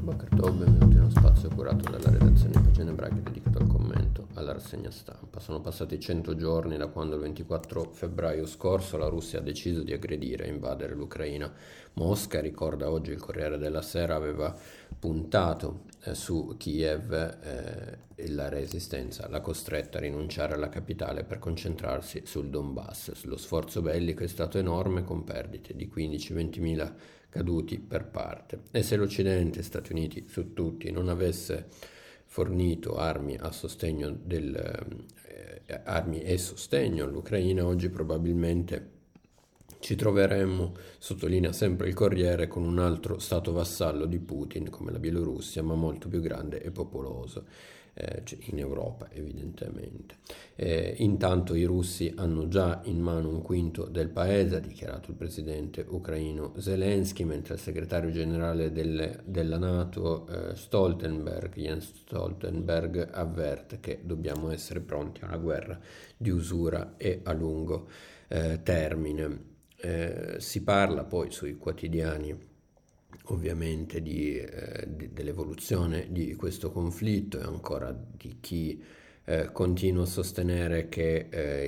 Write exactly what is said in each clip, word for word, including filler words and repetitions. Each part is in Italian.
Boker Tov, benvenuti in uno spazio curato dalla redazione di Pagine Ebraiche dedicato al commento alla rassegna stampa. Sono passati cento giorni da quando il ventiquattro febbraio scorso la Russia ha deciso di aggredire e invadere l'Ucraina. Mosca, ricorda oggi il Corriere della Sera, aveva puntato eh, su Kiev eh, e la resistenza l'ha costretta a rinunciare alla capitale per concentrarsi sul Donbass. Lo sforzo bellico è stato enorme, con perdite di quindici ventimila caduti per parte, e se l'Occidente, Stati Uniti su tutti, non avesse fornito armi a sostegno del, eh, armi e sostegno all'Ucraina, oggi probabilmente ci troveremmo, sottolinea sempre il Corriere, con un altro stato vassallo di Putin come la Bielorussia, ma molto più grande e popoloso eh, in Europa, evidentemente. Eh, intanto i russi hanno già in mano un quinto del paese, ha dichiarato il presidente ucraino Zelensky, mentre il segretario generale del, della NATO eh, Stoltenberg, Jens Stoltenberg, avverte che dobbiamo essere pronti a una guerra di usura e a lungo eh, termine. Eh, si parla poi sui quotidiani ovviamente di, eh, di, dell'evoluzione di questo conflitto e ancora di chi eh, continua a sostenere che, eh,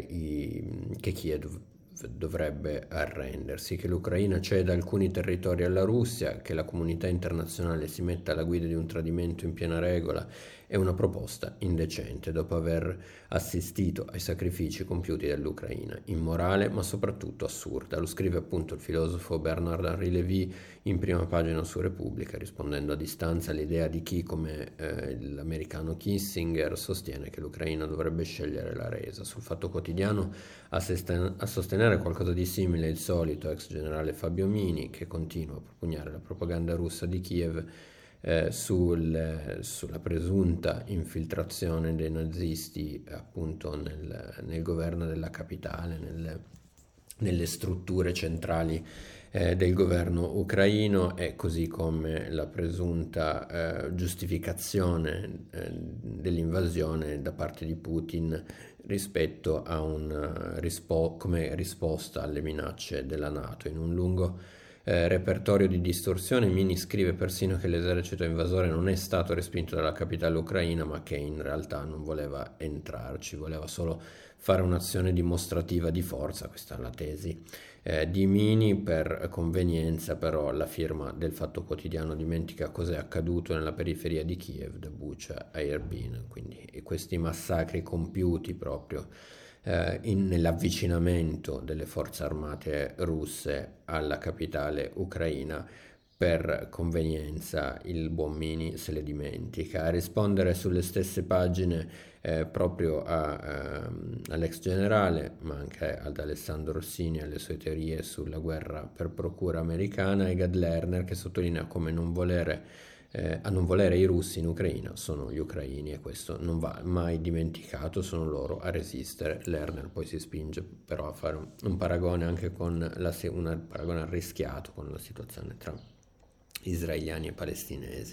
i, che Kiev dovrebbe arrendersi, che l'Ucraina ceda alcuni territori alla Russia, che la comunità internazionale si metta alla guida di un tradimento in piena regola. È una proposta indecente dopo aver assistito ai sacrifici compiuti dall'Ucraina, immorale ma soprattutto assurda. Lo scrive appunto il filosofo Bernard-Henri Lévy in prima pagina su Repubblica, rispondendo a distanza all'idea di chi, come eh, l'americano Kissinger, sostiene che l'Ucraina dovrebbe scegliere la resa. Sul Fatto Quotidiano a, sesten- a sostenere qualcosa di simile il solito ex generale Fabio Mini, che continua a propugnare la propaganda russa di Kiev Eh, sul, sulla presunta infiltrazione dei nazisti appunto nel, nel governo della capitale, nel, nelle strutture centrali eh, del governo ucraino, e così come la presunta eh, giustificazione eh, dell'invasione da parte di Putin rispetto a un rispo- come risposta alle minacce della NATO. In un lungo Eh, repertorio di distorsione, Mini scrive persino che l'esercito invasore non è stato respinto dalla capitale ucraina, ma che in realtà non voleva entrarci, voleva solo fare un'azione dimostrativa di forza. Questa è la tesi eh, di Mini. Per convenienza però la firma del Fatto Quotidiano dimentica cos'è accaduto nella periferia di Kiev, da Bucha a Irpin, quindi questi massacri compiuti proprio Eh, in, nell'avvicinamento delle forze armate russe alla capitale ucraina. Per convenienza il buon Mini se le dimentica. A rispondere sulle stesse pagine eh, proprio a, ehm, all'ex generale, ma anche ad Alessandro Rossini e alle sue teorie sulla guerra per procura americana, e Gad Lerner, che sottolinea come non volere Eh, a non volere i russi in Ucraina sono gli ucraini, e questo non va mai dimenticato, sono loro a resistere. Lerner poi si spinge però a fare un, un paragone anche con la, un paragone arrischiato con la situazione tra israeliani e palestinesi.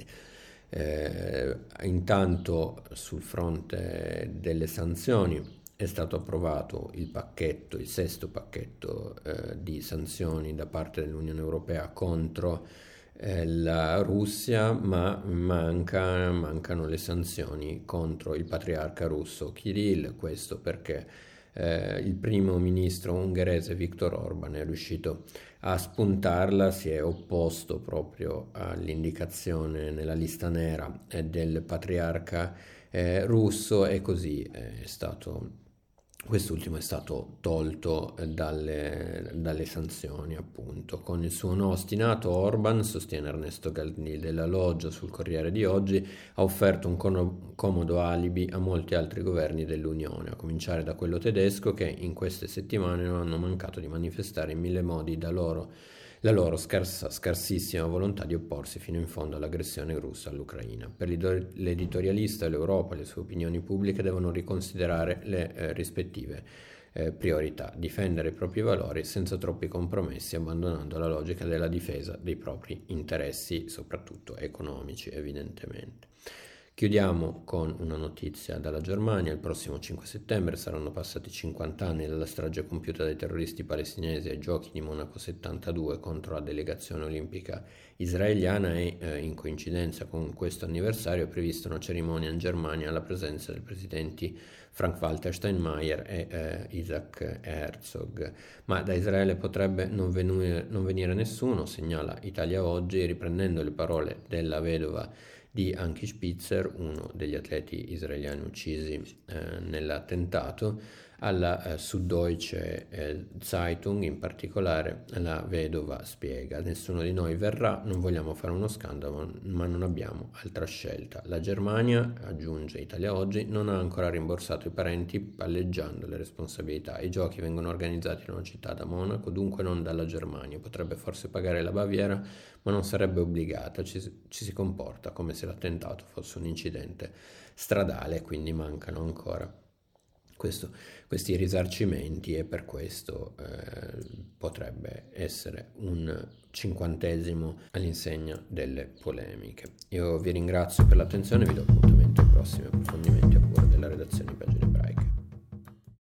Eh, intanto sul fronte delle sanzioni è stato approvato il pacchetto, il sesto pacchetto eh, di sanzioni da parte dell'Unione Europea contro la Russia, ma manca, mancano le sanzioni contro il patriarca russo Kirill. Questo perché eh, il primo ministro ungherese Viktor Orban è riuscito a spuntarla, si è opposto proprio all'indicazione nella lista nera eh, del patriarca eh, russo, e così è stato Quest'ultimo è stato tolto dalle, dalle sanzioni, appunto. Con il suo no ostinato, Orban, sostiene Ernesto Galli della Loggia sul Corriere di oggi, ha offerto un com- comodo alibi a molti altri governi dell'Unione, a cominciare da quello tedesco, che in queste settimane non hanno mancato di manifestare in mille modi da loro la loro scarsa, scarsissima volontà di opporsi fino in fondo all'aggressione russa all'Ucraina. Per l'editorialista, l'Europa e le sue opinioni pubbliche devono riconsiderare le eh, rispettive eh, priorità, difendere i propri valori senza troppi compromessi, abbandonando la logica della difesa dei propri interessi, soprattutto economici, evidentemente. Chiudiamo con una notizia dalla Germania. Il prossimo cinque settembre saranno passati cinquanta anni dalla strage compiuta dai terroristi palestinesi ai Giochi di Monaco settantadue contro la delegazione olimpica israeliana e eh, in coincidenza con questo anniversario è prevista una cerimonia in Germania alla presenza dei presidenti Frank-Walter Steinmeier e eh, Isaac Herzog. Ma da Israele potrebbe non venire, non venire nessuno, segnala Italia Oggi, riprendendo le parole della vedova di Anki Spitzer, uno degli atleti israeliani uccisi eh, nell'attentato. Alla eh, Süddeutsche eh, Zeitung in particolare la vedova spiega: nessuno di noi verrà, non vogliamo fare uno scandalo, ma non abbiamo altra scelta. La Germania, aggiunge Italia Oggi, non ha ancora rimborsato i parenti, palleggiando le responsabilità. I giochi vengono organizzati in una città da Monaco, dunque non dalla Germania. Potrebbe forse pagare la Baviera, ma non sarebbe obbligata. Ci, ci si comporta come se l'attentato fosse un incidente stradale, quindi mancano ancora questo, questi risarcimenti, e per questo eh, potrebbe essere un cinquantesimo all'insegna delle polemiche. Io vi ringrazio per l'attenzione e vi do appuntamento